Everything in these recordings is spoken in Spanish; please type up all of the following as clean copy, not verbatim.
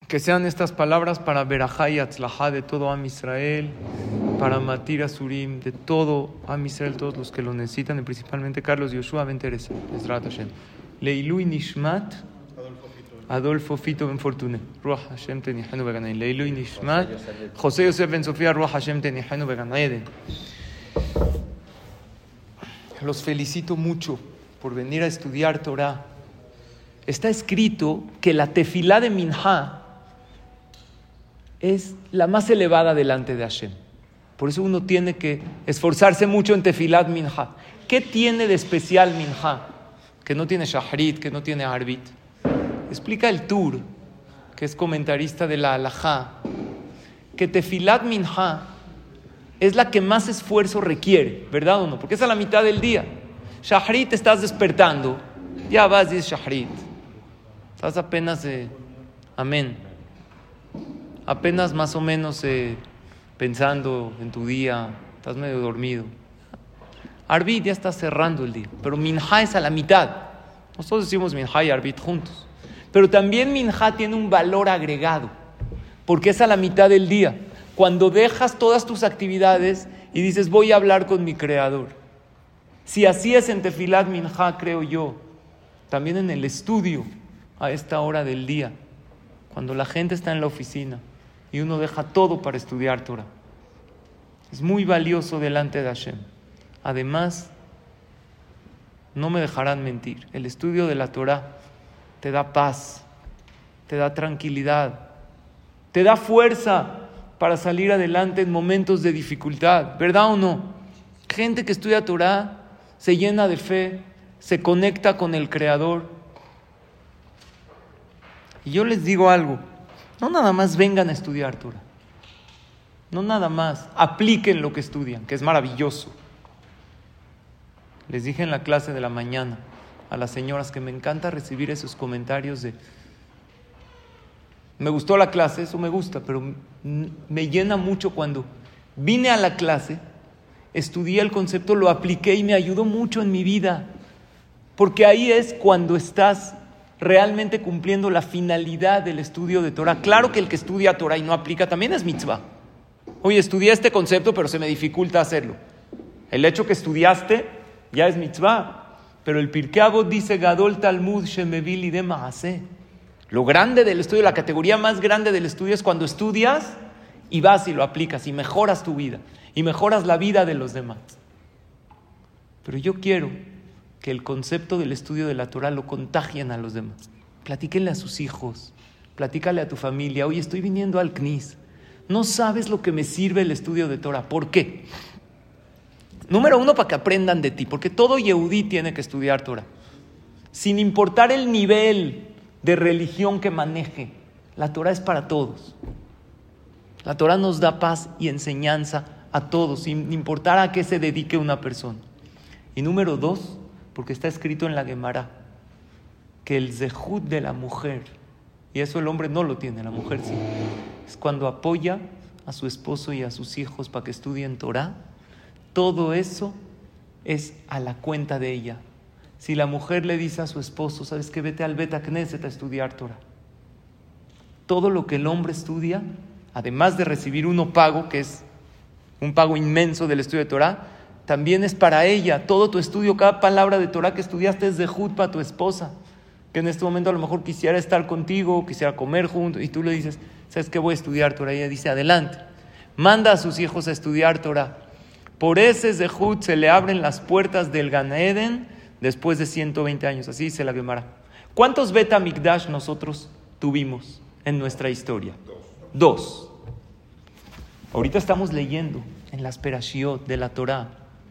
Que sean estas palabras para Berajá y Atzlajá de todo Am Israel, para Matir Asurim, de todo Am Israel, todos los que lo necesitan, y principalmente Carlos Yoshua Ben Teresa, Ezrat Hashem. Leilui Nishmat Adolfo Fito Ben Fortuné, Ruach Hashem Tenihenu Began Eden. Leilui Nishmat José Yosef Ben Sofía, Ruach Hashem Tenihenu Began Eden. Los felicito mucho por venir a estudiar Torah. Está escrito que la tefilá de Minjá es la más elevada delante de Hashem. Por eso uno tiene que esforzarse mucho en tefilat Minjá. ¿Qué tiene de especial Minjá? Que no tiene Shahrit, que no tiene Arbit. Explica el Tur, que es comentarista de la Halajá, que tefilat Minjá es la que más esfuerzo requiere, ¿verdad o no? Porque es a la mitad del día. Shahrit, estás despertando, ya vas y dices Shahrit. Estás apenas, amén. Apenas más o menos pensando en tu día, estás medio dormido. Arbit ya está cerrando el día, pero Minjá es a la mitad. Nosotros decimos Minjá y Arbit juntos. Pero también Minjá tiene un valor agregado, porque es a la mitad del día. Cuando dejas todas tus actividades y dices, voy a hablar con mi Creador. Si así es en Tefilat Minjá, creo yo, también en el estudio, a esta hora del día, cuando la gente está en la oficina y uno deja todo para estudiar Torah, es muy valioso delante de Hashem. Además, no me dejarán mentir, el estudio de la Torah te da paz, te da tranquilidad, te da fuerza para salir adelante en momentos de dificultad, ¿verdad o no? Gente que estudia Torah se llena de fe, se conecta con el Creador. Y yo les digo algo, no nada más vengan a estudiar Torah, no nada más, apliquen lo que estudian, que es maravilloso. Les dije en la clase de la mañana a las señoras que me encanta recibir esos comentarios de me gustó la clase, eso me gusta, pero me llena mucho cuando vine a la clase, estudié el concepto, lo apliqué y me ayudó mucho en mi vida, porque ahí es cuando estás realmente cumpliendo la finalidad del estudio de Torah. Claro que el que estudia Torah y no aplica también es mitzvah. Oye, estudié este concepto, pero se me dificulta hacerlo. El hecho que estudiaste ya es mitzvah. Pero el Pirkei Avot dice, Gadol Talmud shemevil lidei ma'aseh. Lo grande del estudio, la categoría más grande del estudio es cuando estudias y vas y lo aplicas y mejoras tu vida y mejoras la vida de los demás. Pero yo quiero que el concepto del estudio de la Torah lo contagien a los demás. Platíquenle a sus hijos, platícale a tu familia. Oye, estoy viniendo al CNIS. No sabes lo que me sirve el estudio de Torah. ¿Por qué? Número uno, para que aprendan de ti, porque todo Yehudí tiene que estudiar Torah. Sin importar el nivel de religión que maneje, la Torah es para todos. La Torah nos da paz y enseñanza a todos, sin importar a qué se dedique una persona. Y número dos, porque está escrito en la Gemara que el zehut de la mujer, y eso el hombre no lo tiene, la mujer sí, es cuando apoya a su esposo y a sus hijos para que estudien Torah. Todo eso es a la cuenta de ella. Si la mujer le dice a su esposo, ¿sabes qué? Vete al Bet HaKnesset a estudiar Torah. Todo lo que el hombre estudia, además de recibir un pago, que es un pago inmenso del estudio de Torah, también es para ella. Todo tu estudio, cada palabra de Torah que estudiaste es zehut para tu esposa, que en este momento a lo mejor quisiera estar contigo, quisiera comer juntos, y tú le dices, ¿sabes qué? Voy a estudiar Torah. Y ella dice, adelante. Manda a sus hijos a estudiar Torah. Por ese zehut se le abren las puertas del Gan Eden después de 120 años. Así dice la Gemara. ¿Cuántos Bet HaMikdash nosotros tuvimos en nuestra historia? Dos. Ahorita estamos leyendo en las Perashiot de la Torah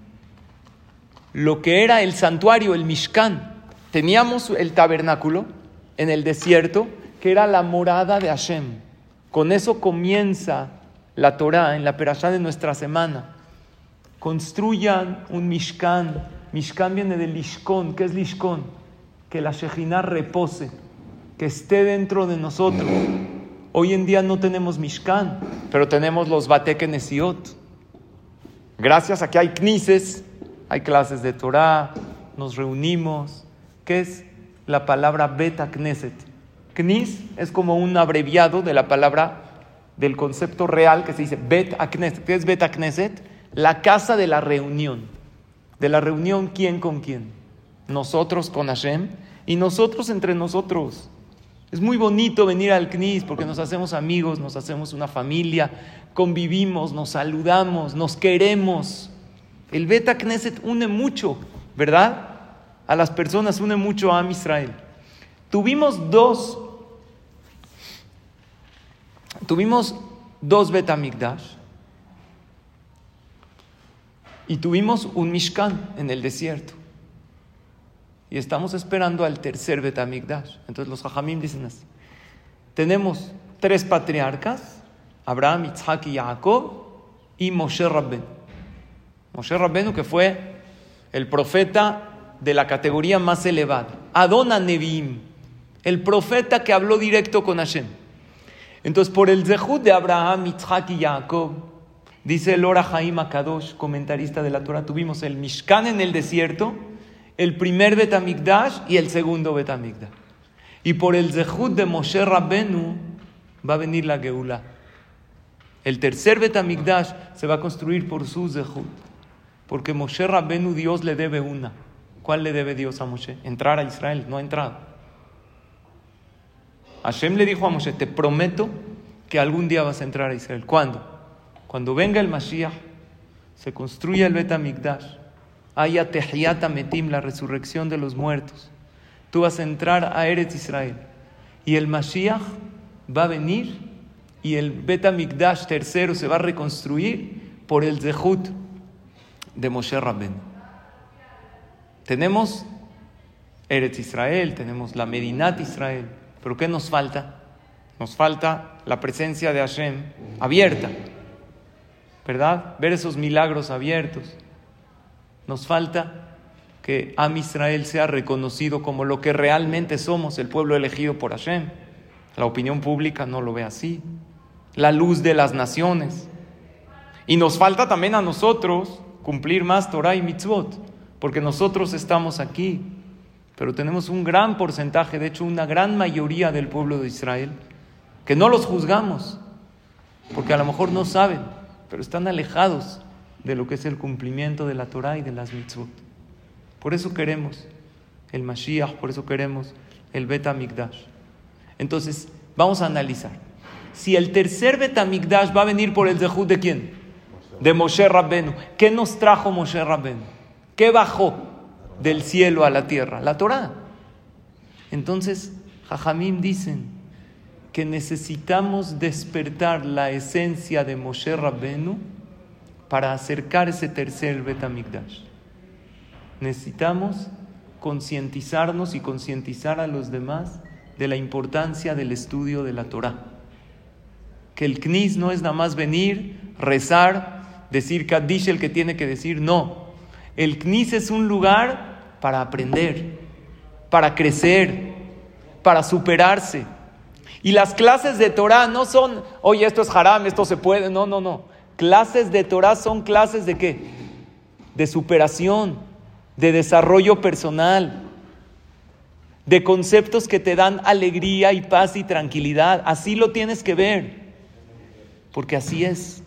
lo que era el santuario, el Mishkan. Teníamos el tabernáculo en el desierto, que era la morada de Hashem. Con eso comienza la Torah en la Perashá de nuestra semana. Construyan un Mishkan. Mishkan viene de Lishkon. ¿Qué es Lishkon? Que la Shejinah repose, que esté dentro de nosotros. Hoy en día no tenemos Mishkan, pero tenemos los Bate Knesiot. Gracias a que hay knises, hay clases de Torah, nos reunimos. ¿Qué es la palabra Bet HaKnesset? Knis es como un abreviado de la palabra, del concepto real que se dice Bet HaKnesset. ¿Qué es Bet HaKnesset? La casa de la reunión. ¿De la reunión quién con quién? Nosotros con Hashem y nosotros entre nosotros. Es muy bonito venir al Knis porque nos hacemos amigos, nos hacemos una familia, convivimos, nos saludamos, nos queremos. El Bet HaKnesset une mucho, ¿verdad? A las personas, une mucho a Am Israel. Tuvimos dos Bet HaMikdash y tuvimos un Mishkan en el desierto. Y estamos esperando al tercer Bet HaMikdash. Entonces los Jajamim dicen así: tenemos 3 patriarcas, Abraham, Yitzhak y Jacob, y Moshe Rabbenu. Moshe Rabbenu, que fue el profeta de la categoría más elevada, Adon HaNeviim, el profeta que habló directo con Hashem. Entonces, por el zehut de Abraham, Yitzhak y Jacob, dice el Or HaHaim HaKadosh, comentarista de la Torah, tuvimos el Mishkan en el desierto, el primer Bet HaMikdash y el segundo Bet HaMikdash. Y por el zehut de Moshe Rabbenu va a venir la Geulá. El tercer Bet HaMikdash se va a construir por su zehut, porque Moshe Rabbenu Dios le debe una. ¿Cuál le debe Dios a Moshe? Entrar a Israel, no ha entrado. Hashem le dijo a Moshe: te prometo que algún día vas a entrar a Israel. ¿Cuándo? Cuando venga el Mashiach, se construya el Bet HaMikdash, haya Tehiyat HaMetim, la resurrección de los muertos. Tú vas a entrar a Eretz Israel. Y el Mashiach va a venir y el Bet HaMikdash tercero se va a reconstruir por el zehut de Moshe Rabbenu. Tenemos Eretz Israel, tenemos la Medinat Israel, pero ¿qué nos falta? Nos falta la presencia de Hashem abierta, ¿verdad? Ver esos milagros abiertos. Nos falta que Am Israel sea reconocido como lo que realmente somos, el pueblo elegido por Hashem. La opinión pública no lo ve así. La luz de las naciones. Y nos falta también a nosotros cumplir más Torah y Mitzvot, porque nosotros estamos aquí, pero tenemos un gran porcentaje, de hecho una gran mayoría del pueblo de Israel, que no los juzgamos, porque a lo mejor no saben, pero están alejados de lo que es el cumplimiento de la Torah y de las mitzvot. Por eso queremos el Mashiach, por eso queremos el Bet HaMikdash. Entonces, vamos a analizar. Si el tercer Bet HaMikdash va a venir por el zehut ¿de quién? De Moshe Rabbenu. ¿Qué nos trajo Moshe Rabbenu? ¿Qué bajó del cielo a la tierra? La Torah. Entonces, Jajamim dicen que necesitamos despertar la esencia de Moshe Rabbenu para acercar ese tercer Bet HaMikdash. Necesitamos concientizarnos y concientizar a los demás de la importancia del estudio de la Torah. Que el Knis no es nada más venir, rezar, decir Kaddish el que tiene que decir, no. El Knis es un lugar para aprender, para crecer, para superarse. Y las clases de Torah no son, oye, esto es haram, esto se puede. No. Clases de Torah son clases ¿de qué? De superación, de desarrollo personal, de conceptos que te dan alegría y paz y tranquilidad. Así lo tienes que ver, porque así es.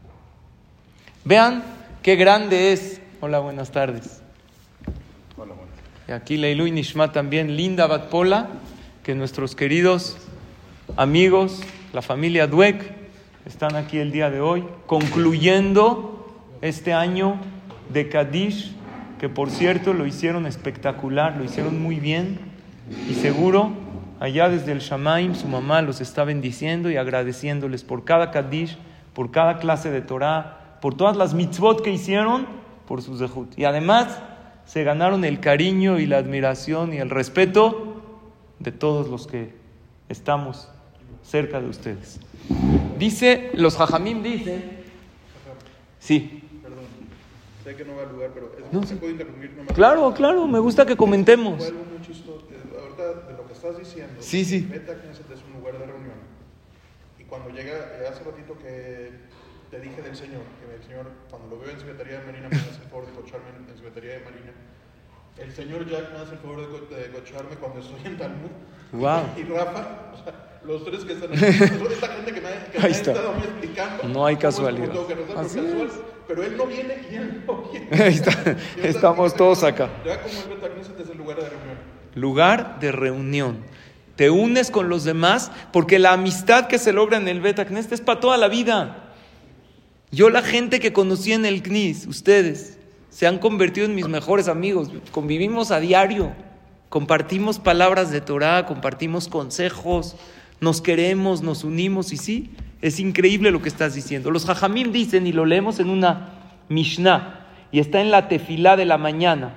Vean qué grande es. Hola, buenas tardes. Hola, buenas. Y aquí Leilu y Nishma también, Linda Batpola, que nuestros queridos amigos, la familia Dweck, están aquí el día de hoy, concluyendo este año de Kaddish, que por cierto lo hicieron espectacular, lo hicieron muy bien, y seguro allá desde el Shamaim su mamá los está bendiciendo y agradeciéndoles por cada Kaddish, por cada clase de Torah, por todas las mitzvot que hicieron, por su zehut. Y además se ganaron el cariño y la admiración y el respeto de todos los que estamos cerca de ustedes. Dice, los Jajamim dicen... Sí. Perdón, sé que no va al lugar, pero No, ¿se sí. puede interrumpir nomás? Claro, me gusta que comentemos. Fue algo muy chistoso. Ahorita de lo que estás diciendo, Sí. Bet HaKnesset es un lugar de reunión. Y cuando llega, hace ratito que te dije del Señor, que el Señor, cuando lo veo en Secretaría de Marina, me hace el favor de cocharme en Secretaría de Marina. El Señor Jack me hace el favor de cocharme cuando estoy en Talmud. Wow. y Rafa, o sea, los tres que están aquí, esta gente que me ha estado explicando. No hay casualidad. Pero él no viene y él no viene. Ahí está. Estamos todos acá. Ya como el Bet Knesset es el lugar de reunión. Lugar de reunión. Te unes con los demás porque la amistad que se logra en el Bet Knesset es para toda la vida. Yo, la gente que conocí en el CNIS, ustedes, se han convertido en mis mejores amigos. Convivimos a diario. Compartimos palabras de Torah, compartimos consejos, nos queremos, nos unimos y sí, es increíble lo que estás diciendo. Los Jajamim dicen, y lo leemos en una Mishnah, y está en la tefilá de la mañana.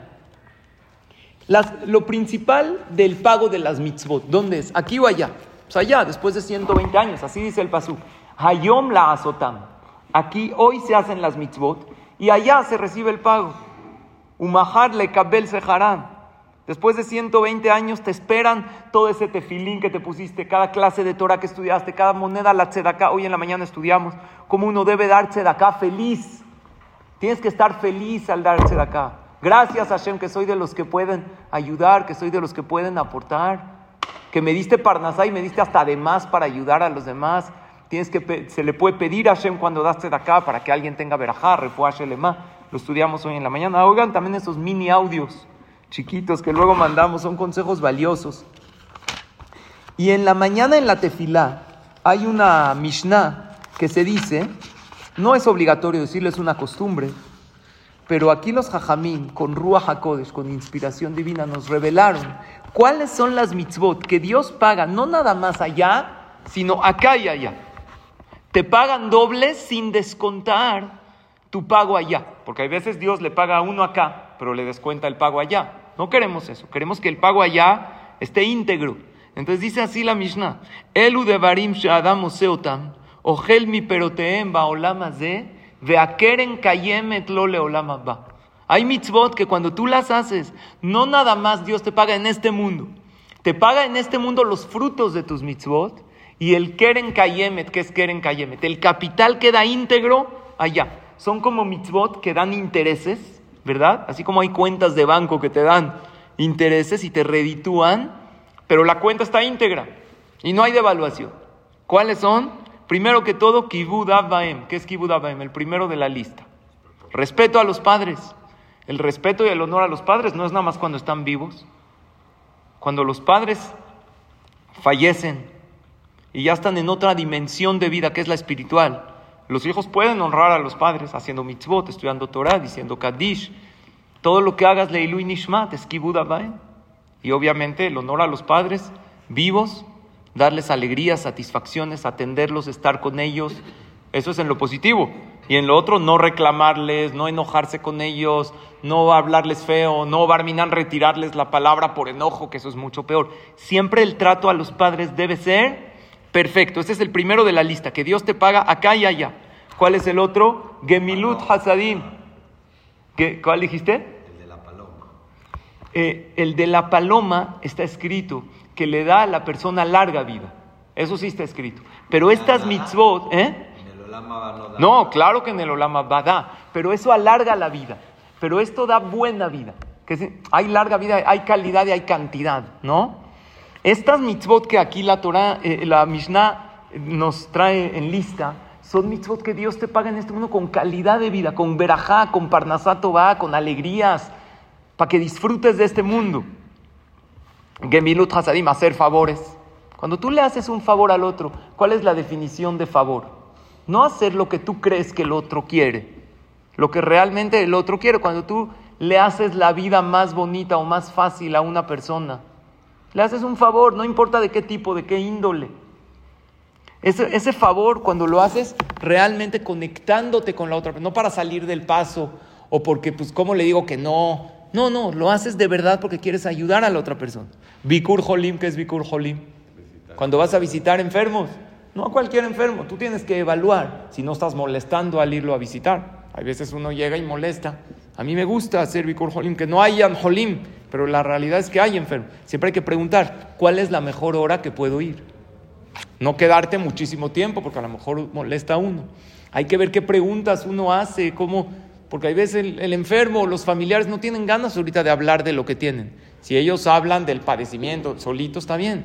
Lo principal del pago de las mitzvot, ¿dónde es? ¿Aquí o allá? Pues allá, después de 120 años, así dice el pasuk. Hayom la azotam. Aquí, hoy se hacen las mitzvot, y allá se recibe el pago. Umahar le kabel seharam. Después de 120 años te esperan todo ese tefilín que te pusiste, cada clase de Torah que estudiaste, cada moneda, la tzedaká. Hoy en la mañana estudiamos cómo uno debe dar tzedaká feliz. Tienes que estar feliz al dar tzedaká. Gracias Hashem que soy de los que pueden ayudar, que soy de los que pueden aportar, que me diste parnasá y me diste hasta de más para ayudar a los demás. Se le puede pedir a Hashem cuando das tzedaká para que alguien tenga verajá, refuá shelema. Lo estudiamos hoy en la mañana. Oigan también esos mini audios chiquitos que luego mandamos, son consejos valiosos. Y en la mañana en la tefilá hay una Mishnah que se dice, no es obligatorio decirlo, es una costumbre, pero aquí los Jajamín, con Ruach HaKodesh, con inspiración divina, nos revelaron cuáles son las mitzvot que Dios paga, no nada más allá, sino acá y allá. Te pagan doble sin descontar tu pago allá, porque hay veces Dios le paga a uno acá, pero le descuenta el pago allá. No queremos eso, queremos que el pago allá esté íntegro. Entonces dice así la Mishnah: Elu devarim she'adam oseotam, ochel mi peroteem ba'olam hazeh, ve'akeren kayemet lo leolam haba. Hay mitzvot que cuando tú las haces, no nada más Dios te paga en este mundo, te paga en este mundo los frutos de tus mitzvot, y el keren kayemet, ¿qué es keren kayemet? El capital queda íntegro allá. Son como mitzvot que dan intereses, ¿verdad? Así como hay cuentas de banco que te dan intereses y te reditúan, pero la cuenta está íntegra y no hay devaluación. ¿Cuáles son? Primero que todo, kibud av baem. ¿Qué es kibud av baem? El primero de la lista. Respeto a los padres. El respeto y el honor a los padres no es nada más cuando están vivos. Cuando los padres fallecen y ya están en otra dimensión de vida que es la espiritual, los hijos pueden honrar a los padres haciendo mitzvot, estudiando Torah, diciendo Kaddish. Todo lo que hagas leilui nishmat es kibud av baem. Y obviamente el honor a los padres vivos, darles alegrías, satisfacciones, atenderlos, estar con ellos. Eso es en lo positivo. Y en lo otro, no reclamarles, no enojarse con ellos, no hablarles feo, no barminan, retirarles la palabra por enojo, que eso es mucho peor. Siempre el trato a los padres debe ser perfecto. Este es el primero de la lista, que Dios te paga acá y allá. ¿Cuál es el otro? Gemilut Hasadim. ¿Cuál dijiste? El de la paloma. El de la paloma está escrito que le da a la persona larga vida. Eso sí está escrito. Pero estas mitzvot, En el Olam Haba no da. No, claro que en el Olam Haba da, pero eso alarga la vida. Pero esto da buena vida. Hay larga vida, hay calidad y hay cantidad, ¿no? Estas mitzvot que aquí la Torah, la Mishnah nos trae en lista, son mitzvot que Dios te paga en este mundo con calidad de vida, con verajá, con parnasá tová, con alegrías, para que disfrutes de este mundo. Gemilut hasadim, hacer favores. Cuando tú le haces un favor al otro, ¿cuál es la definición de favor? No hacer lo que tú crees que el otro quiere, lo que realmente el otro quiere. Cuando tú le haces la vida más bonita o más fácil a una persona, le haces un favor, no importa de qué tipo, de qué índole. Ese favor, cuando lo haces realmente conectándote con la otra persona, no para salir del paso o porque, pues, ¿cómo le digo que no? No, lo haces de verdad porque quieres ayudar a la otra persona. Bikur Jolim, ¿qué es Bikur Jolim? Cuando vas a visitar enfermos, no a cualquier enfermo, tú tienes que evaluar si no estás molestando al irlo a visitar. Hay veces uno llega y molesta. A mí me gusta hacer Bikur Jolim, que no hayan Jolim, pero la realidad es que hay enfermos. Siempre hay que preguntar, ¿cuál es la mejor hora que puedo ir? No quedarte muchísimo tiempo, porque a lo mejor molesta a uno. Hay que ver qué preguntas uno hace, cómo, porque hay veces el enfermo, los familiares no tienen ganas ahorita de hablar de lo que tienen. Si ellos hablan del padecimiento solito, está bien.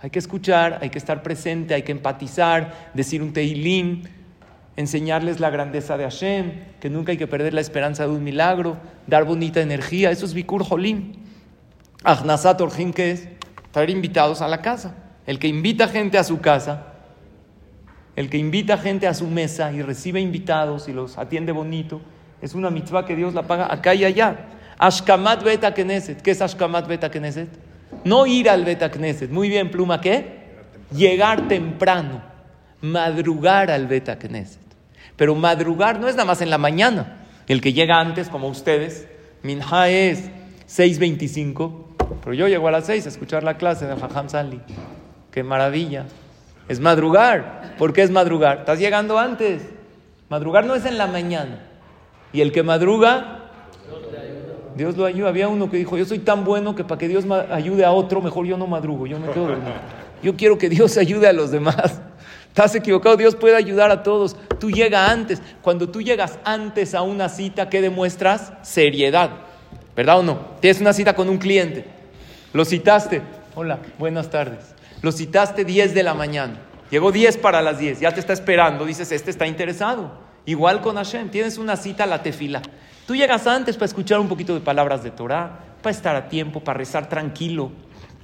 Hay que escuchar, hay que estar presente, hay que empatizar, decir un Tehilim, enseñarles la grandeza de Hashem, que nunca hay que perder la esperanza de un milagro, dar bonita energía. Eso es Bikur Jolim. Achnasat Orjim, ¿qué es? Traer invitados a la casa. El que invita gente a su casa, el que invita gente a su mesa y recibe invitados y los atiende bonito, es una mitzvah que Dios la paga acá y allá. Ashkamat Bet HaKnesset. ¿Qué es Ashkamat Bet HaKnesset? No ir al Bet HaKnesset. Muy bien, Pluma, ¿qué? Llegar temprano. Madrugar al Bet HaKnesset. Pero madrugar no es nada más en la mañana. El que llega antes, como ustedes, Minha es 6:25, pero yo llego a las 6 a escuchar la clase de Jajam Sali. ¡Qué maravilla! Es madrugar. ¿Por qué es madrugar? Estás llegando antes. Madrugar no es en la mañana. Y el que madruga, Dios lo ayuda. Había uno que dijo, yo soy tan bueno que para que Dios ayude a otro, mejor yo no madrugo, yo me quedo dormido. Yo quiero que Dios ayude a los demás. Estás equivocado, Dios puede ayudar a todos. Tú llegas antes. Cuando tú llegas antes a una cita, ¿qué demuestras? Seriedad. ¿Verdad o no? Tienes una cita con un cliente. Lo citaste. Hola, buenas tardes. Lo citaste 10 de la mañana. Llegó 10 para las 10. Ya te está esperando. Dices, este está interesado. Igual con Hashem. Tienes una cita a la tefila. Tú llegas antes para escuchar un poquito de palabras de Torah, para estar a tiempo, para rezar tranquilo.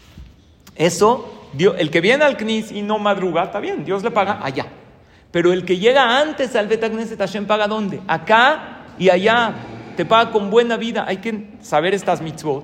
Eso, Dios, el que viene al Knis y no madruga, está bien, Dios le paga allá. Pero el que llega antes al Bet HaKnesset, Hashem paga ¿dónde? Acá y allá. Te paga con buena vida. Hay que saber estas mitzvot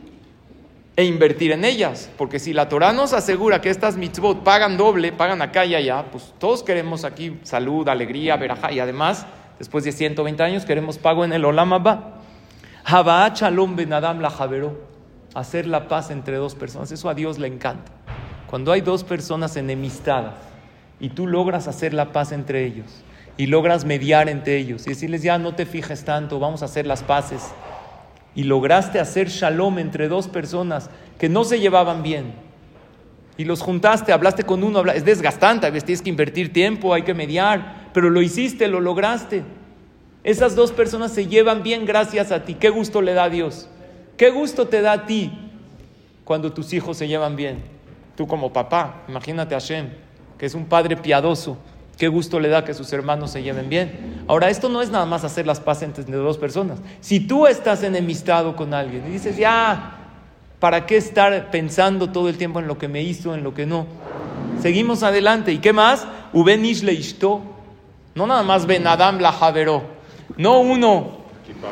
e invertir en ellas. Porque si la Torah nos asegura que estas mitzvot pagan doble, pagan acá y allá, pues todos queremos aquí salud, alegría, verajá. Y además, después de 120 años, queremos pago en el Olam Haba. Haba'at Shalom ben Adam la Javeró. Hacer la paz entre dos personas. Eso a Dios le encanta. Cuando hay dos personas enemistadas y tú logras hacer la paz entre ellos y logras mediar entre ellos y decirles, ya no te fijes tanto, vamos a hacer las paces. Y lograste hacer shalom entre dos personas que no se llevaban bien. Y los juntaste, hablaste con uno, es desgastante, a veces tienes que invertir tiempo, hay que mediar, pero lo hiciste, lo lograste. Esas dos personas se llevan bien gracias a ti. ¿Qué gusto le da a Dios? ¿Qué gusto te da a ti cuando tus hijos se llevan bien? Tú como papá, imagínate a Hashem, que es un padre piadoso. ¿Qué gusto le da que sus hermanos se lleven bien? Ahora, esto no es nada más hacer las paces entre dos personas. Si tú estás enemistado con alguien y dices, ya, ¿para qué estar pensando todo el tiempo en lo que me hizo, en lo que no? Seguimos adelante. ¿Y qué más? Uben ish leishto. No nada más Ben Adam la Javeró. No uno.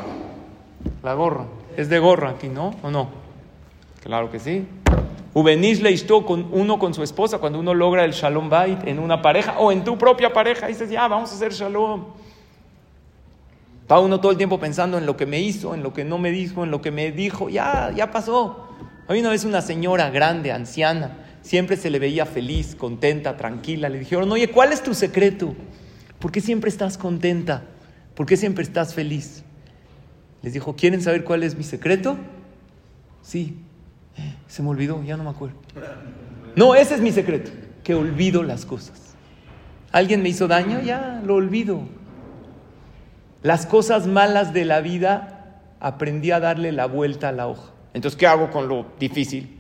La gorra. Es de gorra aquí, ¿no? ¿O no? Claro que sí. Uben ish leishto, uno con su esposa, cuando uno logra el Shalom Bait en una pareja o en tu propia pareja, dices, ya, vamos a hacer Shalom. Está uno todo el tiempo pensando en lo que me hizo, en lo que no me dijo, en lo que me dijo. Ya pasó. Había una vez una señora grande, anciana, siempre se le veía feliz, contenta, tranquila. Le dijeron, oye, ¿cuál es tu secreto? ¿Por qué siempre estás contenta? ¿Por qué siempre estás feliz? Les dijo, ¿quieren saber cuál es mi secreto? Sí. Se me olvidó, ya no me acuerdo. No, ese es mi secreto, que olvido las cosas. ¿Alguien me hizo daño? Ya, lo olvido. Las cosas malas de la vida, aprendí a darle la vuelta a la hoja. Entonces, ¿qué hago con lo difícil?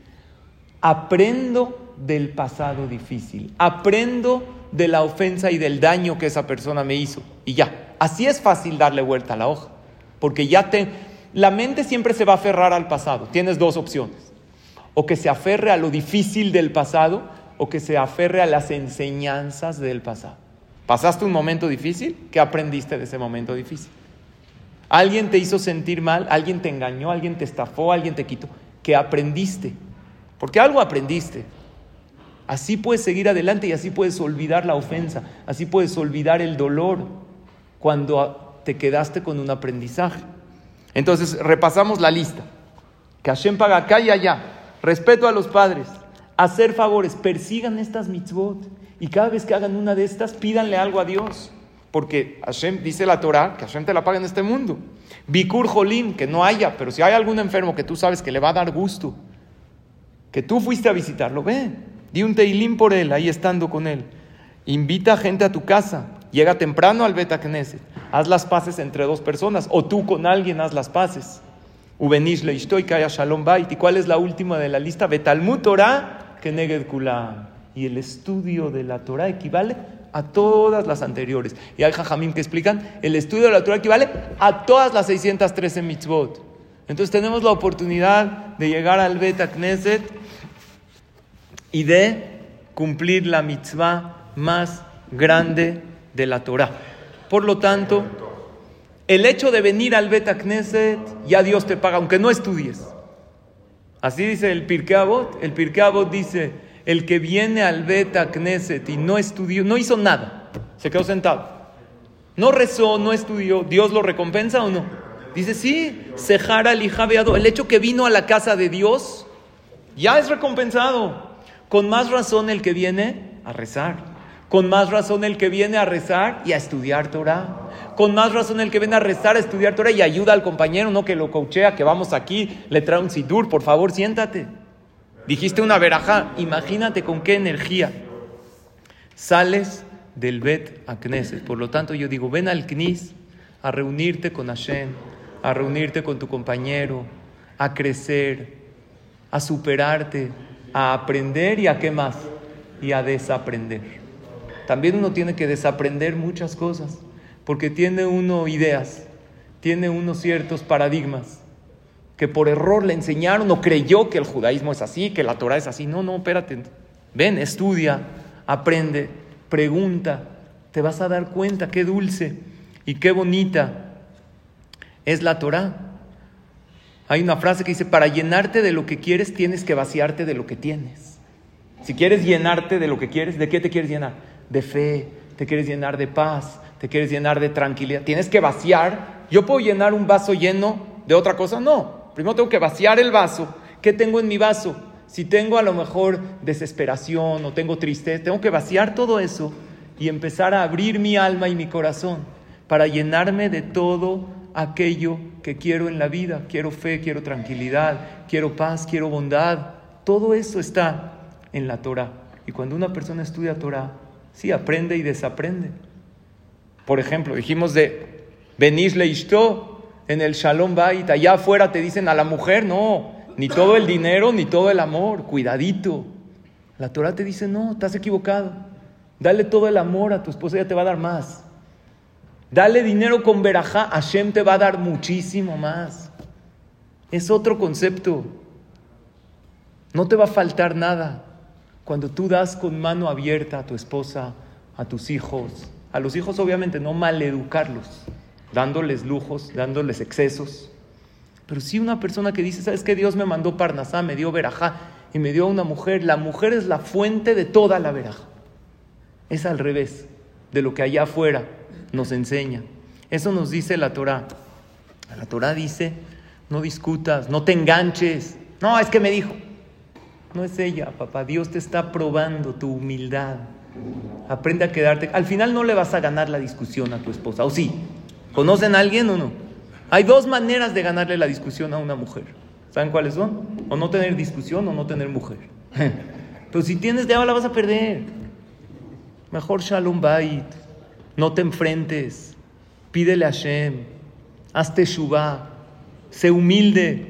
Aprendo del pasado difícil. Aprendo de la ofensa y del daño que esa persona me hizo. Y ya, así es fácil darle vuelta a la hoja. Porque la mente siempre se va a aferrar al pasado. Tienes dos opciones. O que se aferre a lo difícil del pasado, o que se aferre a las enseñanzas del pasado. ¿Pasaste un momento difícil? ¿Qué aprendiste de ese momento difícil? ¿Alguien te hizo sentir mal? ¿Alguien te engañó? ¿Alguien te estafó? ¿Alguien te quitó? ¿Qué aprendiste? Porque algo aprendiste. Así puedes seguir adelante y así puedes olvidar la ofensa. Así puedes olvidar el dolor cuando te quedaste con un aprendizaje. Entonces, repasamos la lista. Que Hashem paga acá y allá. Respeto a los padres, hacer favores, persigan estas mitzvot y cada vez que hagan una de estas, pídanle algo a Dios, porque Hashem, dice la Torah, que Hashem te la paga en este mundo. Bikur Jolim, que no haya, pero si hay algún enfermo que tú sabes que le va a dar gusto, que tú fuiste a visitarlo, ve, di un Tehilim por él, ahí estando con él. Invita a gente a tu casa, llega temprano al Bet HaKnesset, haz las paces entre dos personas, o tú con alguien haz las paces. Ubenish leishto y que haya Shalom Bait. ¿Y cuál es la última de la lista? Betalmud Torah, keneged kulam. Y el estudio de la Torah equivale a todas las anteriores. Y hay jajamim que explican, el estudio de la Torah equivale a todas las 613 mitzvot. Entonces tenemos la oportunidad de llegar al Bet HaKnesset y de cumplir la mitzvah más grande de la Torah. Por lo tanto, el hecho de venir al Bet HaKnesset, ya Dios te paga, aunque no estudies. Así dice el Pirkei Avot. El Pirkei Avot dice, el que viene al Bet HaKnesset y no estudió, no hizo nada, se quedó sentado, no rezó, no estudió, ¿Dios lo recompensa o no? Dice, sí, Sejara Lijabeado, el hecho que vino a la casa de Dios ya es recompensado. Con más razón el que viene a rezar, con más razón el que viene a rezar y a estudiar Torah, con más razón el que viene a rezar, a estudiar Torah y ayuda al compañero, no que lo coachea, que vamos aquí, le trae un sidur, por favor siéntate. Dijiste una verajá, imagínate con qué energía sales del Bet HaKnesset. Por lo tanto yo digo, ven al Knis a reunirte con Hashem, a reunirte con tu compañero, a crecer, a superarte, a aprender y a qué más, y a desaprender. También uno tiene que desaprender muchas cosas, porque tiene uno ideas, tiene uno ciertos paradigmas, que por error le enseñaron o creyó que el judaísmo es así, que la Torah es así. No, espérate. Ven, estudia, aprende, pregunta. Te vas a dar cuenta qué dulce y qué bonita es la Torah. Hay una frase que dice, para llenarte de lo que quieres, tienes que vaciarte de lo que tienes. Si quieres llenarte de lo que quieres, ¿de qué te quieres llenar? De fe, te quieres llenar de paz, te quieres llenar de tranquilidad. Tienes que vaciar. ¿Yo puedo llenar un vaso lleno de otra cosa? No. Primero tengo que vaciar el vaso. ¿Qué tengo en mi vaso? Si tengo a lo mejor desesperación o tengo tristeza, tengo que vaciar todo eso y empezar a abrir mi alma y mi corazón para llenarme de todo aquello que quiero en la vida. Quiero fe, quiero tranquilidad, quiero paz, quiero bondad. Todo eso está en la Torah. Y cuando una persona estudia Torah, sí, aprende y desaprende. Por ejemplo, dijimos de Benish Leishto, en el Shalom Bait, allá afuera te dicen a la mujer, no, ni todo el dinero, ni todo el amor, cuidadito. La Torah te dice, no, estás equivocado. Dale todo el amor a tu esposa, ella te va a dar más. Dale dinero con verajá, Hashem te va a dar muchísimo más. Es otro concepto. No te va a faltar nada. Cuando tú das con mano abierta a tu esposa, a tus hijos, a los hijos obviamente no maleducarlos, dándoles lujos, dándoles excesos. Pero sí una persona que dice, ¿sabes qué? Dios me mandó Parnasá, me dio verajá y me dio a una mujer. La mujer es la fuente de toda la verajá. Es al revés de lo que allá afuera nos enseña. Eso nos dice la Torah. La Torah dice, no discutas, no te enganches. No, es que me dijo. No es ella, papá. Dios te está probando tu humildad. Aprende a quedarte. Al final no le vas a ganar la discusión a tu esposa, ¿o sí? ¿Conocen a alguien o no? Hay dos maneras de ganarle la discusión a una mujer. ¿Saben cuáles son? O no tener discusión o no tener mujer. Pero si tienes, ya la vas a perder. Mejor Shalom Bait. No te enfrentes. Pídele a Hashem. Hazte Shuvá. Sé humilde.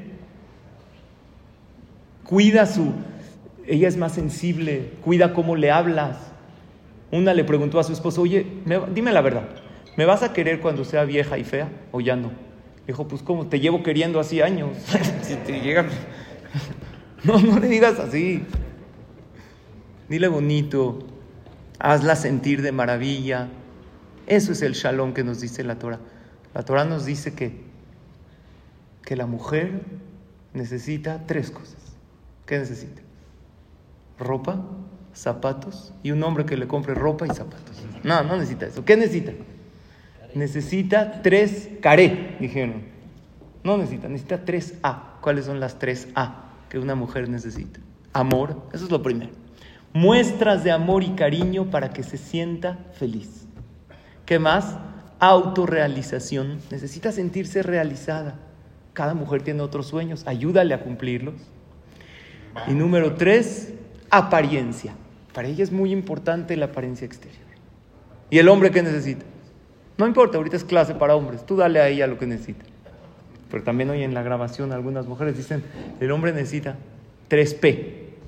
Cuida ella es más sensible. Cuida cómo le hablas. Una le preguntó a su esposo, oye, dime la verdad. ¿Me vas a querer cuando sea vieja y fea o ya no? Dijo, pues ¿cómo? Te llevo queriendo así años. Si te llegan... No le digas así. Dile bonito. Hazla sentir de maravilla. Eso es el shalom que nos dice la Torah. La Torah nos dice que la mujer necesita 3 cosas. ¿Qué necesita? Ropa, zapatos y un hombre que le compre ropa y zapatos. No necesita eso. ¿Qué necesita? Necesita 3 caré, dijeron. No necesita 3A. ¿Cuáles son las 3A que una mujer necesita? Amor, eso es lo primero. Muestras de amor y cariño para que se sienta feliz. ¿Qué más? Autorrealización. Necesita sentirse realizada. Cada mujer tiene otros sueños. Ayúdale a cumplirlos. Y número 3, apariencia. Para ella es muy importante la apariencia exterior. ¿Y el hombre qué necesita? No importa, ahorita es clase para hombres. Tú dale a ella lo que necesita. Pero también hoy en la grabación algunas mujeres dicen, el hombre necesita 3P.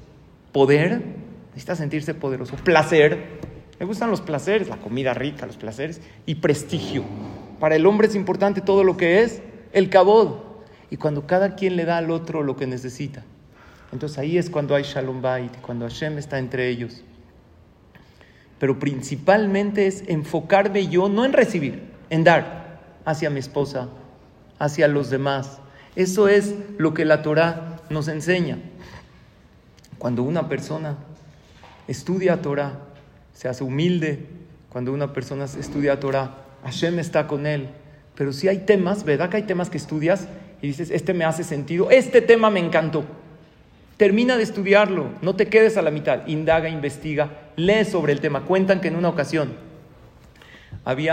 Poder, necesita sentirse poderoso. Placer, me gustan los placeres, la comida rica, los placeres. Y prestigio. Para el hombre es importante todo lo que es el kabod. Y cuando cada quien le da al otro lo que necesita. Entonces ahí es cuando hay Shalom Bait, cuando Hashem está entre ellos. Pero principalmente es enfocarme yo, no en recibir, en dar hacia mi esposa, hacia los demás. Eso es lo que la Torah nos enseña. Cuando una persona estudia Torah, se hace humilde. Cuando una persona estudia Torah, Hashem está con él. Pero sí hay temas, ¿verdad que hay temas que estudias y dices, este me hace sentido, este tema me encantó? Termina de estudiarlo, no te quedes a la mitad, indaga, investiga, lee sobre el tema. Cuentan que en una ocasión había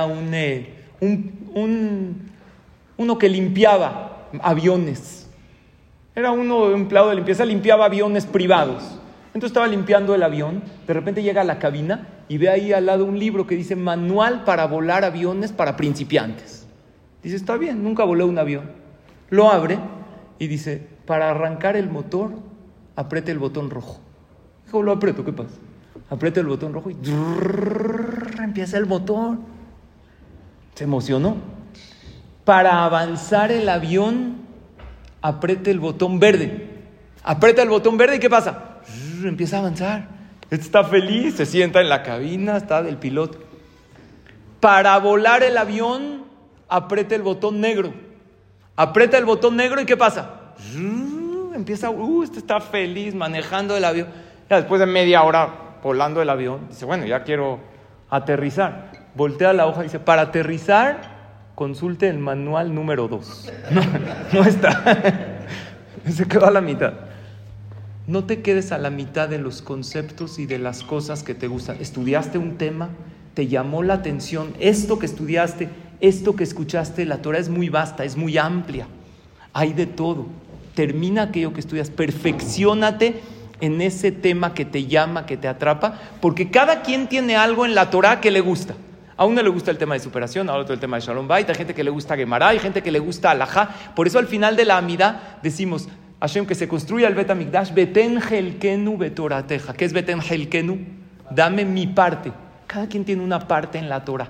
uno que limpiaba aviones. Era uno empleado de limpieza, limpiaba aviones privados. Entonces estaba limpiando el avión, de repente llega a la cabina y ve ahí al lado un libro que dice Manual para volar aviones para principiantes. Dice, está bien, nunca volé un avión. Lo abre y dice, para arrancar el motor, apriete el botón rojo. Dijo, lo aprieto, ¿qué pasa? Aprieta el botón rojo y empieza el motor. Se emocionó. Para avanzar el avión, apriete el botón verde. Aprieta el botón verde y ¿qué pasa? Empieza a avanzar. Está feliz, se sienta en la cabina, está del piloto. Para volar el avión, aprieta el botón negro. Aprieta el botón negro y ¿qué pasa? Empieza, este está feliz manejando el avión. Ya después de media hora volando el avión, dice, bueno, ya quiero aterrizar. Voltea la hoja y dice, para aterrizar, consulte el manual número 2. No está. Se quedó a la mitad. No te quedes a la mitad de los conceptos y de las cosas que te gustan. Estudiaste un tema, te llamó la atención. Esto que estudiaste, esto que escuchaste, la Torah es muy vasta, es muy amplia. Hay de todo. Termina aquello que estudias, perfecciónate en ese tema que te llama, que te atrapa, porque cada quien tiene algo en la Torah que le gusta. A uno le gusta el tema de superación, a otro el tema de Shalom Bait, hay gente que le gusta Gemara, hay gente que le gusta Alajá. Por eso al final de la Amidá decimos, Hashem, que se construya el Bet HaMikdash, Beten Helkenu Betorateja. ¿Qué es Beten Helkenu? Dame mi parte. Cada quien tiene una parte en la Torah.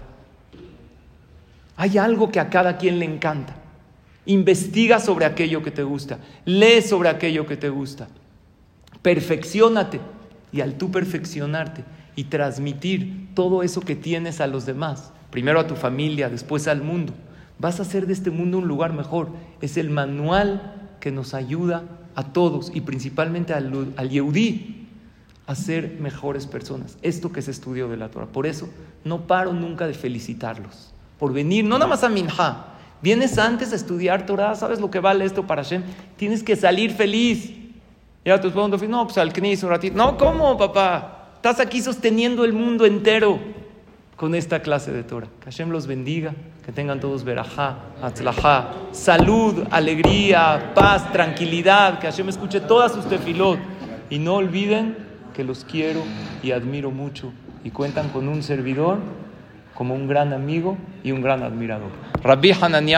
Hay algo que a cada quien le encanta. Investiga sobre aquello que te gusta. Lee sobre aquello que te gusta. Perfecciónate. Y al tú perfeccionarte y transmitir todo eso que tienes a los demás, primero a tu familia, después al mundo, vas a hacer de este mundo un lugar mejor. Es el manual que nos ayuda a todos y principalmente al Yehudí a ser mejores personas. Esto que se estudió de la Torah. Por eso no paro nunca de felicitarlos por venir, no nada más a Minjá. Vienes antes a estudiar Torah, ¿sabes lo que vale esto para Hashem? Tienes que salir feliz. Ya tu esposo, no, pues al Knis un ratito. No, ¿cómo, papá? Estás aquí sosteniendo el mundo entero con esta clase de Torah. Que Hashem los bendiga, que tengan todos verajá, atzlajá, salud, alegría, paz, tranquilidad, que Hashem escuche todas sus tefilot. Y no olviden que los quiero y admiro mucho y cuentan con un servidor como un gran amigo y un gran admirador. Rabbi Hanania.